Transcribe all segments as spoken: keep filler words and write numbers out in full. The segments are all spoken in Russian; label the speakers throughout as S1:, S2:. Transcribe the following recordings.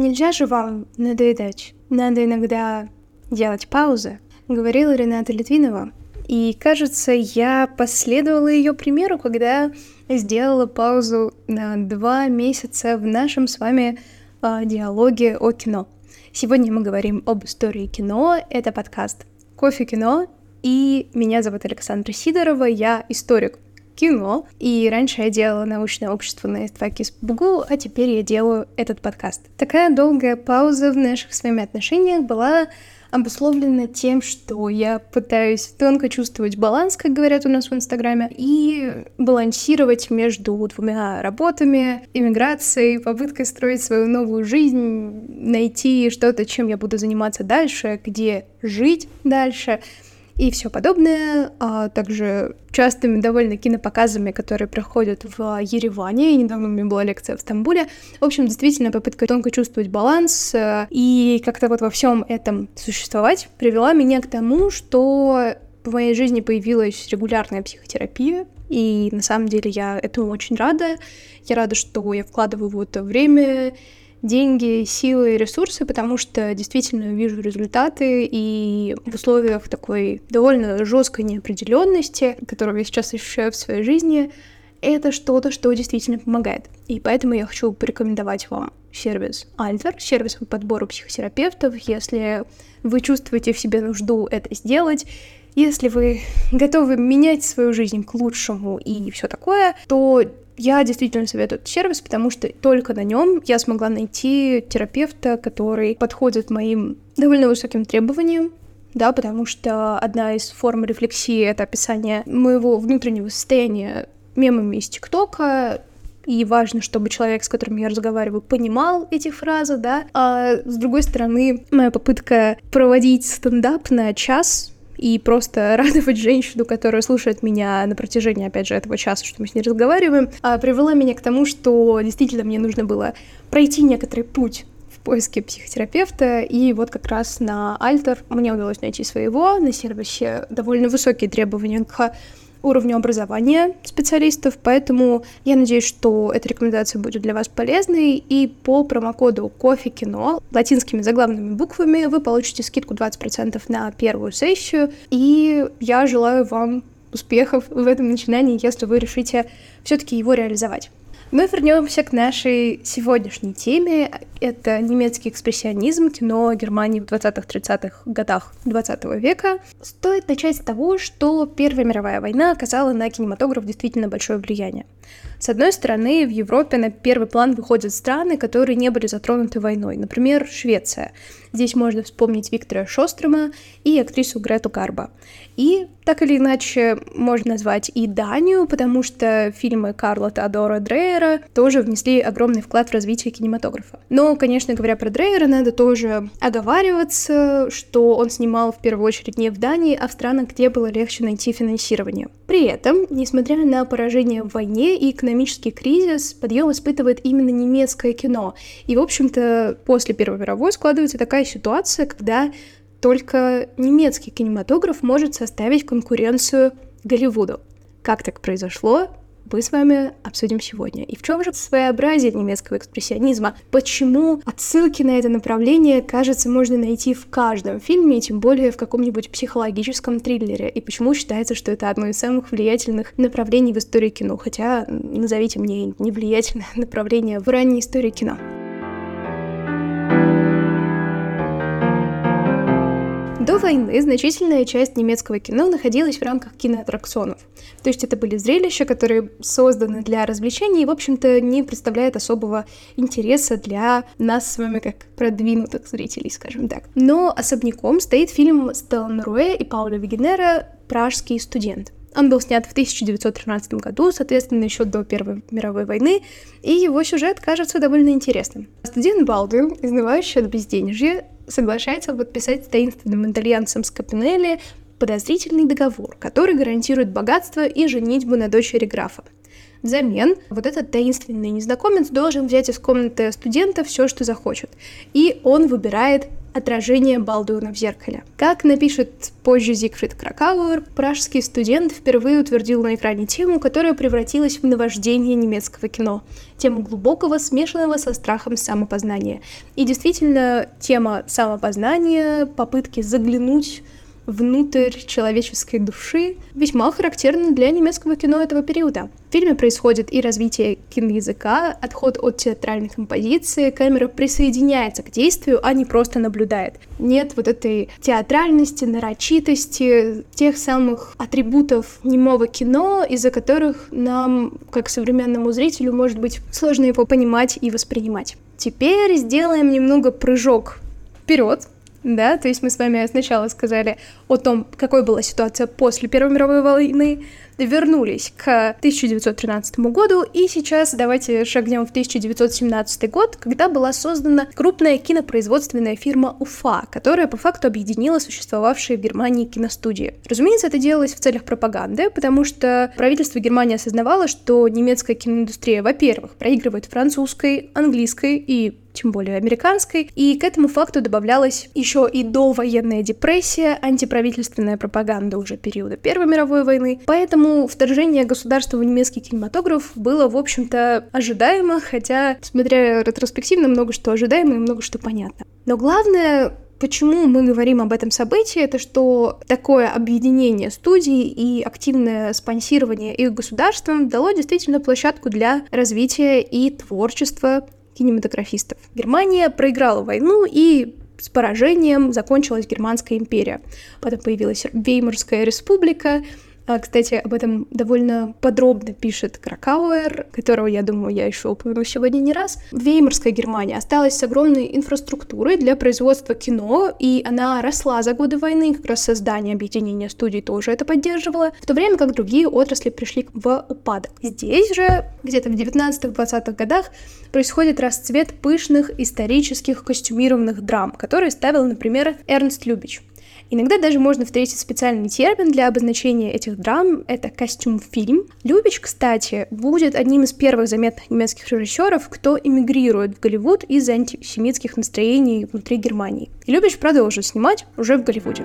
S1: Нельзя же вам надоедать. Надо иногда делать паузы, говорила Рената Литвинова. И, кажется, я последовала ее примеру, когда сделала паузу на два месяца в нашем с вами э, диалоге о кино. Сегодня мы говорим об истории кино. Это подкаст «Кофе кино». И меня зовут Александра Сидорова, я историк кино. И раньше я делала научное общество на ИСТФАКе СПбГУ, а теперь я делаю этот подкаст. Такая долгая пауза в наших с вами отношениях была обусловлена тем, что я пытаюсь тонко чувствовать баланс, как говорят у нас в Инстаграме, и балансировать между двумя работами, иммиграцией, попыткой строить свою новую жизнь, найти что-то, чем я буду заниматься дальше, где жить дальше и все подобное, а также частыми довольно кинопоказами, которые проходят в Ереване, и недавно у меня была лекция в Стамбуле. В общем, действительно, попытка тонко чувствовать баланс и как-то вот во всем этом существовать привела меня к тому, что в моей жизни появилась регулярная психотерапия, и на самом деле я этому очень рада. Я рада, что я вкладываю в это время, деньги, силы и ресурсы, потому что действительно вижу результаты, и в условиях такой довольно жесткой неопределенности, которую я сейчас ощущаю в своей жизни, это что-то, что действительно помогает. И поэтому я хочу порекомендовать вам сервис Альтер, сервис по подбору психотерапевтов. Если вы чувствуете в себе нужду это сделать, если вы готовы менять свою жизнь к лучшему и все такое, то я действительно советую этот сервис, потому что только на нем я смогла найти терапевта, который подходит моим довольно высоким требованиям, да, потому что одна из форм рефлексии — это описание моего внутреннего состояния мемами из ТикТока, и важно, чтобы человек, с которым я разговариваю, понимал эти фразы, да, а с другой стороны, моя попытка проводить стендап на час и просто радовать женщину, которая слушает меня на протяжении, опять же, этого часа, что мы с ней разговариваем, привела меня к тому, что действительно мне нужно было пройти некоторый путь в поиске психотерапевта, и вот как раз на Альтер мне удалось найти своего. На сервисе довольно высокие требования к уровню образования специалистов, поэтому я надеюсь, что эта рекомендация будет для вас полезной, и по промокоду «Кофе кино» латинскими заглавными буквами вы получите скидку двадцать процентов на первую сессию, и я желаю вам успехов в этом начинании, если вы решите все-таки его реализовать. Мы вернемся к нашей сегодняшней теме. Это немецкий экспрессионизм, кино Германии в двадцатых-тридцатых годах двадцатого века. Стоит начать с того, что Первая мировая война оказала на кинематограф действительно большое влияние. С одной стороны, в Европе на первый план выходят страны, которые не были затронуты войной, например, Швеция. Здесь можно вспомнить Виктора Шострома и актрису Грету Гарбо. И так или иначе можно назвать и Данию, потому что фильмы Карла Теодора Дрейера тоже внесли огромный вклад в развитие кинематографа. Но, конечно, говоря про Дрейера, надо тоже оговариваться, что он снимал в первую очередь не в Дании, а в странах, где было легче найти финансирование. При этом, несмотря на поражение в войне и экономический кризис, подъем испытывает именно немецкое кино. И, в общем-то, после Первой мировой складывается такая ситуация, когда только немецкий кинематограф может составить конкуренцию Голливуду. Как так произошло, мы с вами обсудим сегодня. И в чем же своеобразие немецкого экспрессионизма? Почему отсылки на это направление, кажется, можно найти в каждом фильме, и тем более в каком-нибудь психологическом триллере? И почему считается, что это одно из самых влиятельных направлений в истории кино? Хотя, назовите мне невлиятельное направление в ранней истории кино. До войны значительная часть немецкого кино находилась в рамках киноаттракционов. То есть это были зрелища, которые созданы для развлечения и, в общем-то, не представляют особого интереса для нас с вами как продвинутых зрителей, скажем так. Но особняком стоит фильм Стелла Меруэ и Пауля Вегенера «Пражский студент». Он был снят в тысяча девятьсот тринадцатом году, соответственно, еще до Первой мировой войны, и его сюжет кажется довольно интересным. Студент Балдуин, изнывающий от безденежья, соглашается подписать с таинственным итальянцем Скапинелли подозрительный договор, который гарантирует богатство и женитьбу на дочери графа. Взамен вот этот таинственный незнакомец должен взять из комнаты студента все, что захочет, и он выбирает «Отражение Балдуина в зеркале». Как напишет позже Зигфрид Кракауэр, пражский студент впервые утвердил на экране тему, которая превратилась в наваждение немецкого кино. Тему глубокого, смешанного со страхом самопознания. И действительно, тема самопознания, попытки заглянуть внутрь человеческой души весьма характерно для немецкого кино этого периода. В фильме происходит и развитие киноязыка, отход от театральной композиции, камера присоединяется к действию, а не просто наблюдает. Нет вот этой театральности, нарочитости, тех самых атрибутов немого кино, из-за которых нам, как современному зрителю, может быть сложно его понимать и воспринимать. Теперь сделаем немного прыжок вперед. Да, то есть мы с вами сначала сказали о том, какой была ситуация после Первой мировой войны, вернулись к тысяча девятьсот тринадцатому году, и сейчас давайте шагнем в тысяча девятьсот семнадцатый год, когда была создана крупная кинопроизводственная фирма УФА, которая по факту объединила существовавшие в Германии киностудии. Разумеется, это делалось в целях пропаганды, потому что правительство Германии осознавало, что немецкая киноиндустрия, во-первых, проигрывает французской, английской и тем более американской, и к этому факту добавлялась еще и довоенная депрессия, антиправительственная пропаганда уже периода Первой мировой войны, поэтому вторжение государства в немецкий кинематограф было, в общем-то, ожидаемо, хотя, смотря ретроспективно, много что ожидаемо и много что понятно. Но главное, почему мы говорим об этом событии, это что такое объединение студий и активное спонсирование их государством дало действительно площадку для развития и творчества кинематографистов. Германия проиграла войну, и с поражением закончилась Германская империя. Потом появилась Веймарская республика. Кстати, об этом довольно подробно пишет Кракауэр, которого, я думаю, я еще упомяну сегодня не раз. Веймарская Германия осталась с огромной инфраструктурой для производства кино, и она росла за годы войны, как раз создание объединения студий тоже это поддерживало, в то время как другие отрасли пришли в упадок. Здесь же, где-то в девятнадцатых-двадцатых годах, происходит расцвет пышных исторических костюмированных драм, которые ставил, например, Эрнст Любич. Иногда даже можно встретить специальный термин для обозначения этих драм — это костюм-фильм. Любич, кстати, будет одним из первых заметных немецких режиссеров, кто эмигрирует в Голливуд из-за антисемитских настроений внутри Германии. И Любич продолжит снимать уже в Голливуде.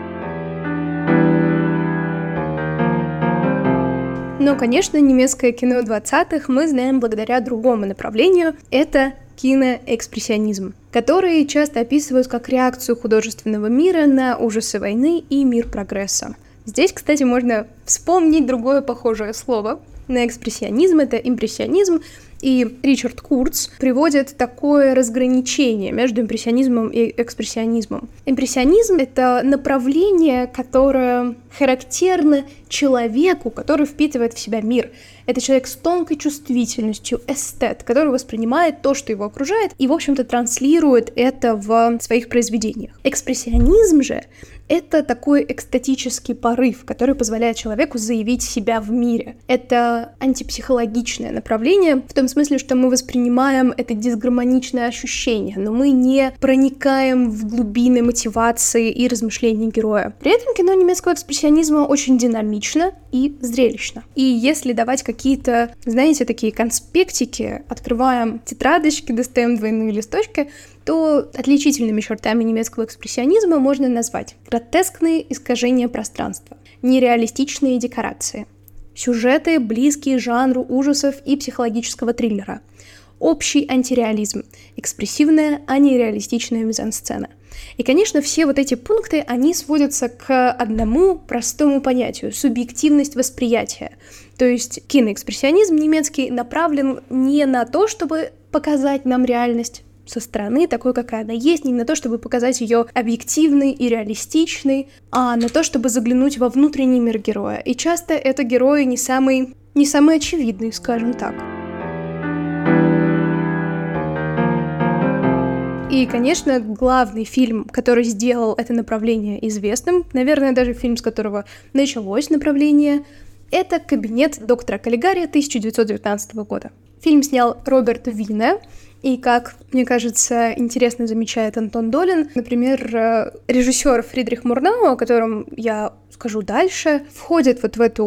S1: Но, конечно, немецкое кино двадцатых мы знаем благодаря другому направлению — это киноэкспрессионизм, который часто описывают как реакцию художественного мира на ужасы войны и мир прогресса. Здесь, кстати, можно вспомнить другое похожее слово на экспрессионизм — это импрессионизм, и Ричард Курц приводит такое разграничение между импрессионизмом и экспрессионизмом. Импрессионизм — это направление, которое характерно человеку, который впитывает в себя мир. Это человек с тонкой чувствительностью, эстет, который воспринимает то, что его окружает, и, в общем-то, транслирует это в своих произведениях. Экспрессионизм же — это такой экстатический порыв, который позволяет человеку заявить себя в мире. Это антипсихологичное направление, в том смысле, что мы воспринимаем это дисгармоничное ощущение, но мы не проникаем в глубины мотивации и размышлений героя. При этом кино немецкого экспрессионизма очень динамично и зрелищно. И если давать какие-то, знаете, такие конспектики, открываем тетрадочки, достаем двойные листочки, то отличительными чертами немецкого экспрессионизма можно назвать гротескные искажения пространства, нереалистичные декорации, сюжеты, близкие жанру ужасов и психологического триллера, общий антиреализм, экспрессивная, а не реалистичная мизансцена. И, конечно, все вот эти пункты, они сводятся к одному простому понятию — субъективность восприятия. То есть киноэкспрессионизм немецкий направлен не на то, чтобы показать нам реальность со стороны, такой, какая она есть, не на то, чтобы показать ее объективной и реалистичной, а на то, чтобы заглянуть во внутренний мир героя. И часто это герои не самые, не самые очевидные, скажем так. И, конечно, главный фильм, который сделал это направление известным, наверное, даже фильм, с которого началось направление, это «Кабинет доктора Каллигари» тысяча девятьсот девятнадцатого года. Фильм снял Роберт Вине, и, как, мне кажется, интересно замечает Антон Долин, например, режиссер Фридрих Мурнау, о котором я скажу дальше, входит вот в эту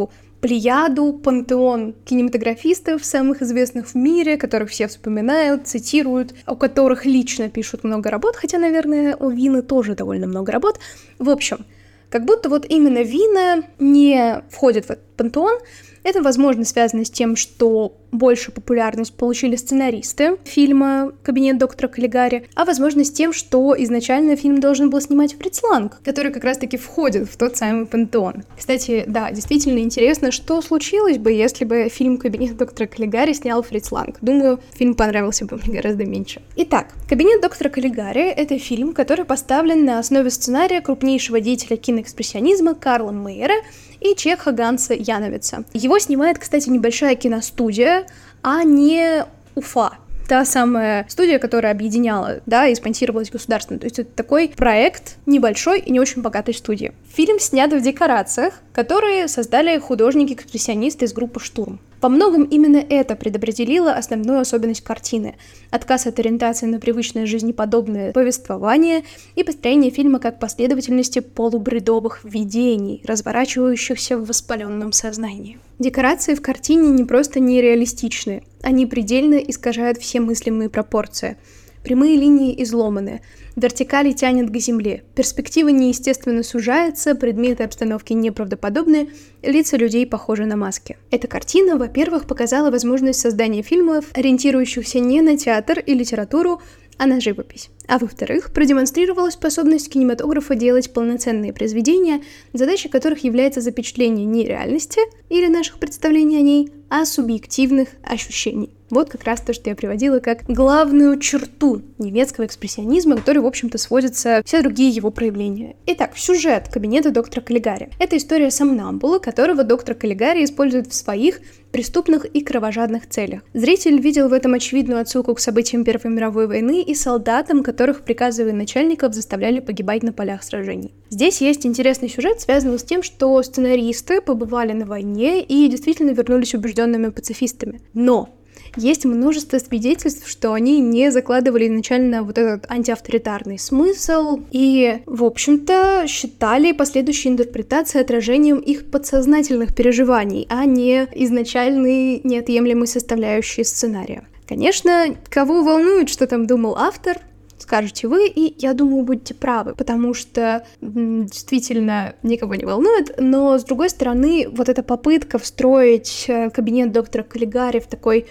S1: плеяду, пантеон кинематографистов, самых известных в мире, которых все вспоминают, цитируют, у которых лично пишут много работ, хотя, наверное, у Вины тоже довольно много работ. В общем, как будто вот именно Вина не входит в этот пантеон. Это, возможно, связано с тем, что больше популярность получили сценаристы фильма «Кабинет доктора Каллигари», а, возможно, с тем, что изначально фильм должен был снимать Фриц Ланг, который как раз-таки входит в тот самый пантеон. Кстати, да, действительно интересно, что случилось бы, если бы фильм «Кабинет доктора Каллигари» снял Фриц Ланг. Думаю, фильм понравился бы мне гораздо меньше. Итак, «Кабинет доктора Каллигари» — это фильм, который поставлен на основе сценария крупнейшего деятеля киноэкспрессионизма Карла Мейера и чеха Ганса Яновица. Его снимает, кстати, небольшая киностудия, а не Уфа. Та самая студия, которая объединяла, да, и спонсировалась государством. То есть это такой проект небольшой и не очень богатой студии. Фильм снят в декорациях, которые создали художники-экспрессионисты из группы «Штурм». Во многом именно это предопределило основную особенность картины — отказ от ориентации на привычное жизнеподобное повествование и построение фильма как последовательности полубредовых видений, разворачивающихся в воспаленном сознании. Декорации в картине не просто нереалистичны, они предельно искажают все мыслимые пропорции. Прямые линии изломаны, вертикали тянет к земле, перспектива неестественно сужается, предметы обстановки неправдоподобны, лица людей похожи на маски. Эта картина, во-первых, показала возможность создания фильмов, ориентирующихся не на театр и литературу, а на живопись. А во-вторых, продемонстрировала способность кинематографа делать полноценные произведения, задачей которых является запечатление не реальности или наших представлений о ней, а субъективных ощущений. Вот как раз то, что я приводила как главную черту немецкого экспрессионизма, который, в общем-то, сводится все другие его проявления. Итак, сюжет «Кабинета доктора Каллигари» — это история сомнамбула, которого доктор Каллигари использует в своих преступных и кровожадных целях. Зритель видел в этом очевидную отсылку к событиям Первой мировой войны и солдатам, которых приказы военачальников заставляли погибать на полях сражений. Здесь есть интересный сюжет, связанный с тем, что сценаристы побывали на войне и действительно вернулись убежденными пацифистами. Но есть множество свидетельств, что они не закладывали изначально вот этот антиавторитарный смысл и, в общем-то, считали последующие интерпретации отражением их подсознательных переживаний, а не изначальной неотъемлемой составляющей сценария. Конечно, кого волнует, что там думал автор, скажете вы, и я думаю, будете правы, потому что м, действительно никого не волнует, но, с другой стороны, вот эта попытка встроить кабинет доктора Каллигари в такой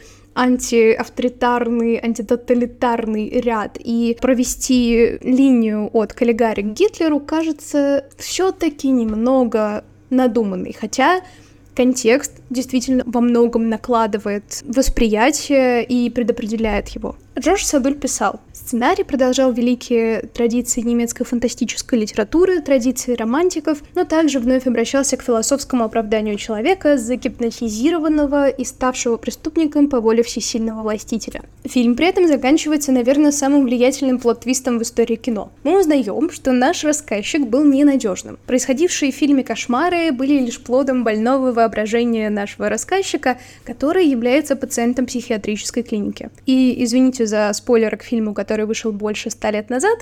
S1: антиавторитарный, антитоталитарный ряд и провести линию от Каллигари к Гитлеру кажется все-таки немного надуманной, хотя контекст действительно во многом накладывает восприятие и предопределяет его. Джордж Садуль писал: сценарий продолжал великие традиции немецкой фантастической литературы, традиции романтиков, но также вновь обращался к философскому оправданию человека, загипнотизированного и ставшего преступником по воле всесильного властителя. Фильм при этом заканчивается, наверное, самым влиятельным плот-твистом в истории кино. Мы узнаем, что наш рассказчик был ненадежным. Происходившие в фильме кошмары были лишь плодом больного воображения нашего рассказчика, который является пациентом психиатрической клиники. И, извините за спойлер к фильму, который вышел больше ста лет назад,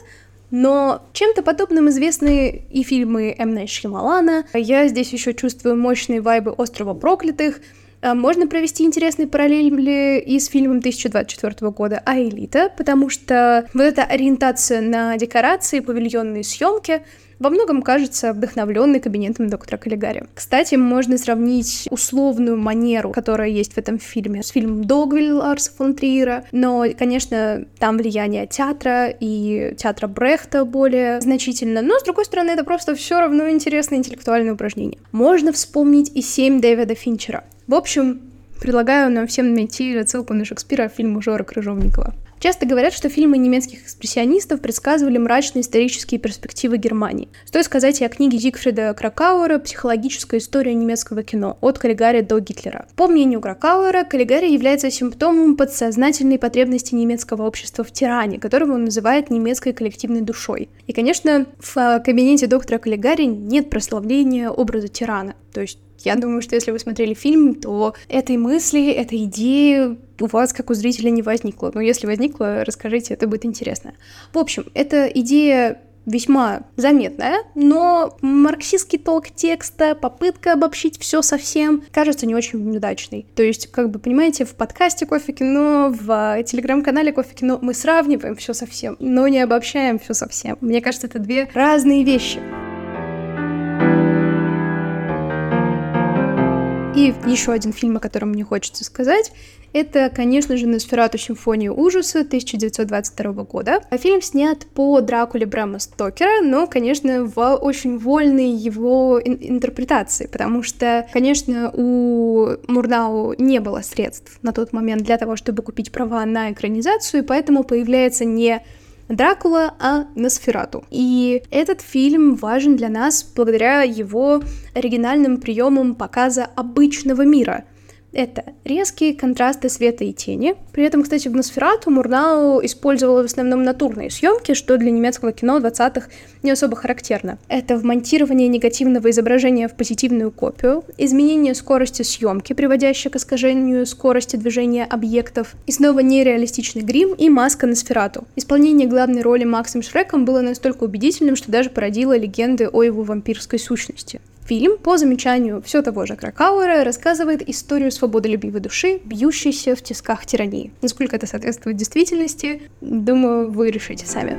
S1: но чем-то подобным известны и фильмы М. Найт Шьямалана. Я здесь еще чувствую мощные вайбы «Острова проклятых». Можно провести интересные параллели и с фильмом тысяча двадцать четвёртого года «Аэлита», потому что вот эта ориентация на декорации, павильонные съемки во многом кажется вдохновленной кабинетом доктора Каллигари. Кстати, можно сравнить условную манеру, которая есть в этом фильме, с фильмом «Догвиль» Ларса фон Триера, но, конечно, там влияние театра и театра Брехта более значительно, но, с другой стороны, это просто все равно интересное интеллектуальное упражнение. Можно вспомнить и «Семь» Дэвида Финчера. В общем, предлагаю нам всем найти отсылку на Шекспира в фильм Жора Крыжовникова. Часто говорят, что фильмы немецких экспрессионистов предсказывали мрачные исторические перспективы Германии. Стоит сказать и о книге Зигфрида Кракауэра «Психологическая история немецкого кино. От Каллигари до Гитлера». По мнению Кракауэра, Каллигари является симптомом подсознательной потребности немецкого общества в тиране, которого он называет немецкой коллективной душой. И, конечно, в кабинете доктора Каллигари нет прославления образа тирана. То есть я думаю, что если вы смотрели фильм, то этой мысли, этой идеи у вас, как у зрителя, не возникло. Но если возникло, расскажите, это будет интересно. В общем, эта идея весьма заметная, но марксистский толк текста, попытка обобщить все совсем, кажется не очень удачной. То есть, как бы, понимаете, в подкасте «Кофе Кино», в телеграм-канале «Кофе Кино» мы сравниваем все совсем, но не обобщаем все совсем. Мне кажется, это две разные вещи. И еще один фильм, о котором мне хочется сказать, это, конечно же, «Носферату. Симфония ужаса» тысяча девятьсот двадцать второго года. Фильм снят по Дракуле Брэма Стокера, но, конечно, в очень вольной его ин- интерпретации, потому что, конечно, у Мурнау не было средств на тот момент для того, чтобы купить права на экранизацию, и поэтому появляется не Дракула, а Носферату. И этот фильм важен для нас благодаря его оригинальным приемам показа обычного мира. Это резкие контрасты света и тени. При этом, кстати, в «Носферату» Мурнау использовала в основном натурные съемки, что для немецкого кино двадцатых не особо характерно. Это вмонтирование негативного изображения в позитивную копию, изменение скорости съемки, приводящее к искажению скорости движения объектов, и снова нереалистичный грим и маска Носферату. Исполнение главной роли Максом Шреком было настолько убедительным, что даже породило легенды о его вампирской сущности. Фильм, по замечанию все того же Кракауэра, рассказывает историю свободолюбивой души, бьющейся в тисках тирании. Насколько это соответствует действительности, думаю, вы решите сами.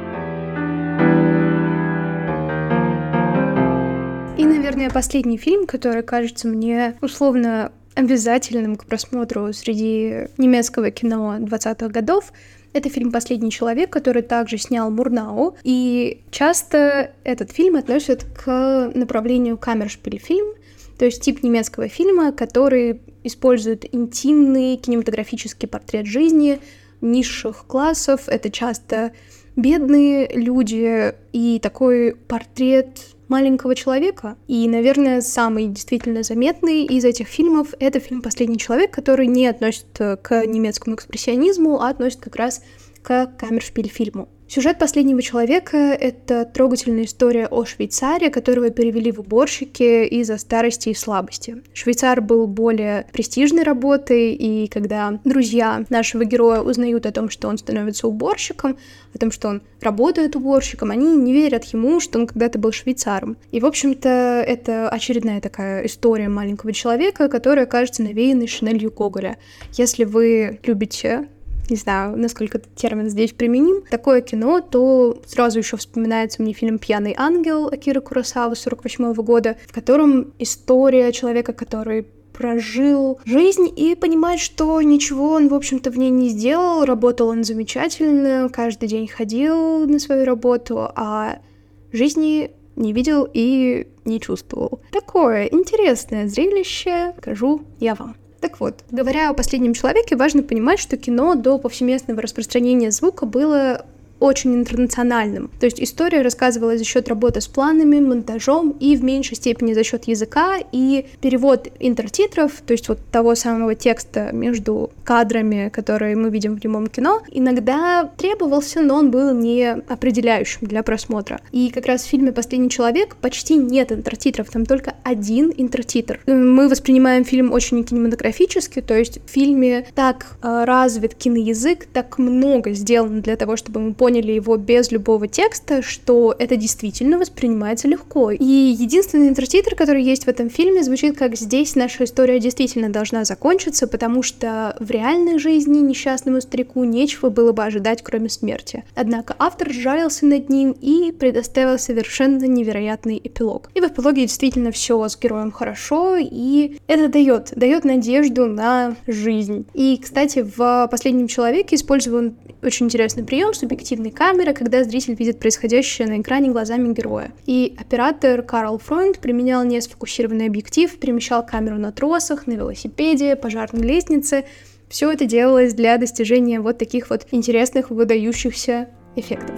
S1: И, наверное, последний фильм, который кажется мне условно обязательным к просмотру среди немецкого кино двадцатых годов, это фильм «Последний человек», который также снял Мурнау, и часто этот фильм относят к направлению камершпильфильм, то есть тип немецкого фильма, который использует интимный кинематографический портрет жизни низших классов. Это часто бедные люди и такой портрет маленького человека. И, наверное, самый действительно заметный из этих фильмов — это фильм «Последний человек», который не относит к немецкому экспрессионизму, а относит как раз к камершпильфильму. Сюжет «Последнего человека» — это трогательная история о швейцаре, которого перевели в уборщики из-за старости и слабости. Швейцар был более престижной работой, и когда друзья нашего героя узнают о том, что он становится уборщиком, о том, что он работает уборщиком, они не верят ему, что он когда-то был швейцаром. И, в общем-то, это очередная такая история маленького человека, которая кажется навеянной Шинелью Гоголя. Если вы любите... не знаю, насколько этот термин здесь применим, такое кино, то сразу еще вспоминается мне фильм «Пьяный ангел» Акиры Куросавы сорок восьмого года, в котором история человека, который прожил жизнь и понимает, что ничего он, в общем-то, в ней не сделал, работал он замечательно, каждый день ходил на свою работу, а жизни не видел и не чувствовал. Такое интересное зрелище, скажу я вам. Так вот, говоря о «Последнем человеке», важно понимать, что кино до повсеместного распространения звука было очень интернациональным. То есть история рассказывалась за счет работы с планами, монтажом и в меньшей степени за счет языка, и перевод интертитров, то есть вот того самого текста между кадрами, которые мы видим в немом кино, иногда требовался, но он был не определяющим для просмотра. И как раз в фильме «Последний человек» почти нет интертитров, там только один интертитр. Мы воспринимаем фильм очень кинематографически, то есть в фильме так э, развит киноязык, так много сделано для того, чтобы мы поняли поняли его без любого текста, что это действительно воспринимается легко. И единственный интертитр, который есть в этом фильме, звучит как «Здесь наша история действительно должна закончиться, потому что в реальной жизни несчастному старику нечего было бы ожидать, кроме смерти». Однако автор сжалился над ним и предоставил совершенно невероятный эпилог. И в эпилоге действительно все с героем хорошо, и это дает, дает надежду на жизнь. И, кстати, в «Последнем человеке» использован очень интересный прием субъективной камеры, когда зритель видит происходящее на экране глазами героя. И оператор Карл Фройнд применял несфокусированный объектив, перемещал камеру на тросах, на велосипеде, пожарной лестнице. Все это делалось для достижения вот таких вот интересных, выдающихся эффектов.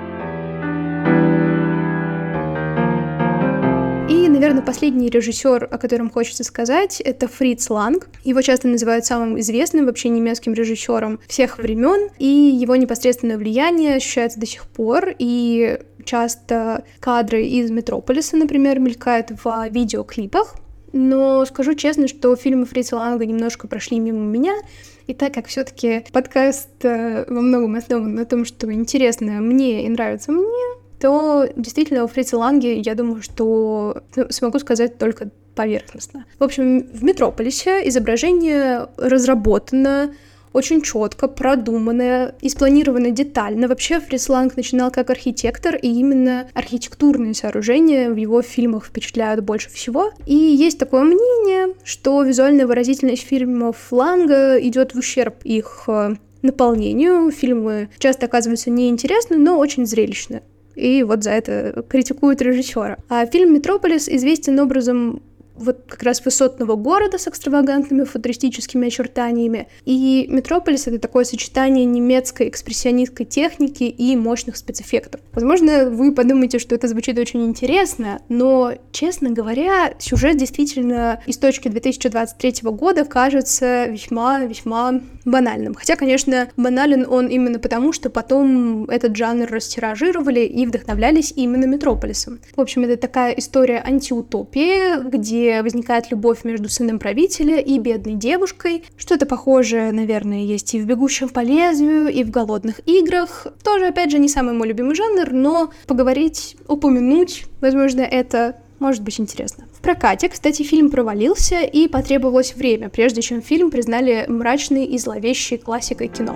S1: И, наверное, последний режиссер, о котором хочется сказать, это Фриц Ланг. Его часто называют самым известным вообще немецким режиссером всех времен, и его непосредственное влияние ощущается до сих пор, и часто кадры из «Метрополиса», например, мелькают в видеоклипах. Но скажу честно, что фильмы Фрица Ланга немножко прошли мимо меня, и так как все-таки подкаст во многом основан на том, что интересно мне и нравится мне, то действительно о Фрице Ланге, я думаю, что ну, смогу сказать только поверхностно. В общем, в «Метрополисе» изображение разработано очень четко, продуманное и спланировано детально. Вообще Фриц Ланг начинал как архитектор, и именно архитектурные сооружения в его фильмах впечатляют больше всего. И есть такое мнение, что визуальная выразительность фильмов Ланга идет в ущерб их наполнению. Фильмы часто оказываются неинтересны, но очень зрелищны. И вот за это критикуют режиссера. А фильм «Метрополис» известен образом вот как раз высотного города с экстравагантными футуристическими очертаниями. И «Метрополис» — это такое сочетание немецкой экспрессионистской техники и мощных спецэффектов. Возможно, вы подумаете, что это звучит очень интересно, но, честно говоря, сюжет действительно из точки две тысячи двадцать третьего года кажется весьма-весьма банальным. Хотя, конечно, банален он именно потому, что потом этот жанр растиражировали и вдохновлялись именно «Метрополисом». В общем, это такая история антиутопии, где возникает любовь между сыном правителя и бедной девушкой. Что-то похожее, наверное, есть и в «Бегущем по лезвию», и в «Голодных играх». Тоже, опять же, не самый мой любимый жанр, но поговорить, упомянуть, возможно, это может быть интересно. В прокате, кстати, фильм провалился, и потребовалось время, прежде чем фильм признали мрачной и зловещей классикой кино.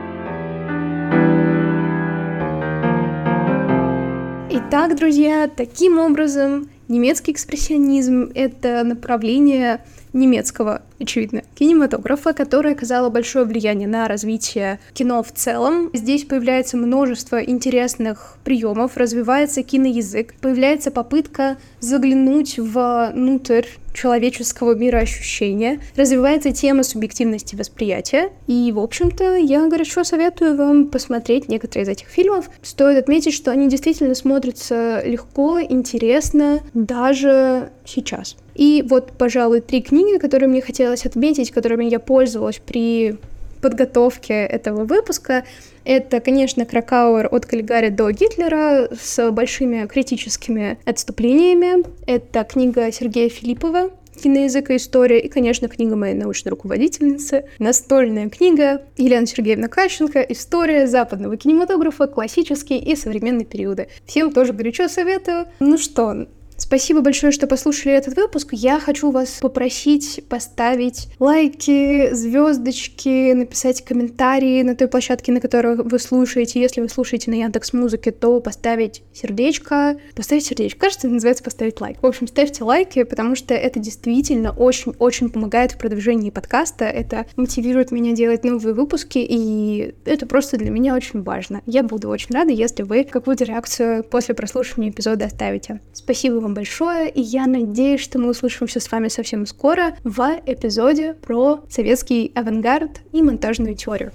S1: Итак, друзья, таким образом немецкий экспрессионизм — это направление немецкого, очевидно, кинематографа, которое оказало большое влияние на развитие кино в целом. Здесь появляется множество интересных приемов, развивается киноязык, появляется попытка заглянуть внутрь человеческого мироощущения, развивается тема субъективности восприятия. И, в общем-то, я горячо советую вам посмотреть некоторые из этих фильмов. Стоит отметить, что они действительно смотрятся легко, интересно, даже сейчас. И вот, пожалуй, три книги, которые мне хотелось отметить, которыми я пользовалась при подготовке этого выпуска. Это, конечно, «Кракауэр. От Каллигари до Гитлера» с большими критическими отступлениями. Это книга Сергея Филиппова «Киноязык и история», и, конечно, книга моей научной руководительницы, настольная книга Елены Сергеевны Кащенко «История западного кинематографа. Классические и современные периоды». Всем тоже горячо советую. Ну что, спасибо большое, что послушали этот выпуск. Я хочу вас попросить поставить лайки, звездочки, написать комментарии на той площадке, на которой вы слушаете. Если вы слушаете на Яндекс.Музыке, то поставить сердечко. Поставить сердечко. Кажется, это называется поставить лайк. В общем, ставьте лайки, потому что это действительно очень-очень помогает в продвижении подкаста. Это мотивирует меня делать новые выпуски, и это просто для меня очень важно. Я буду очень рада, если вы какую-то реакцию после прослушивания эпизода оставите. Спасибо вам большое, и я надеюсь, что мы услышимся с вами совсем скоро в эпизоде про советский авангард и монтажную теорию.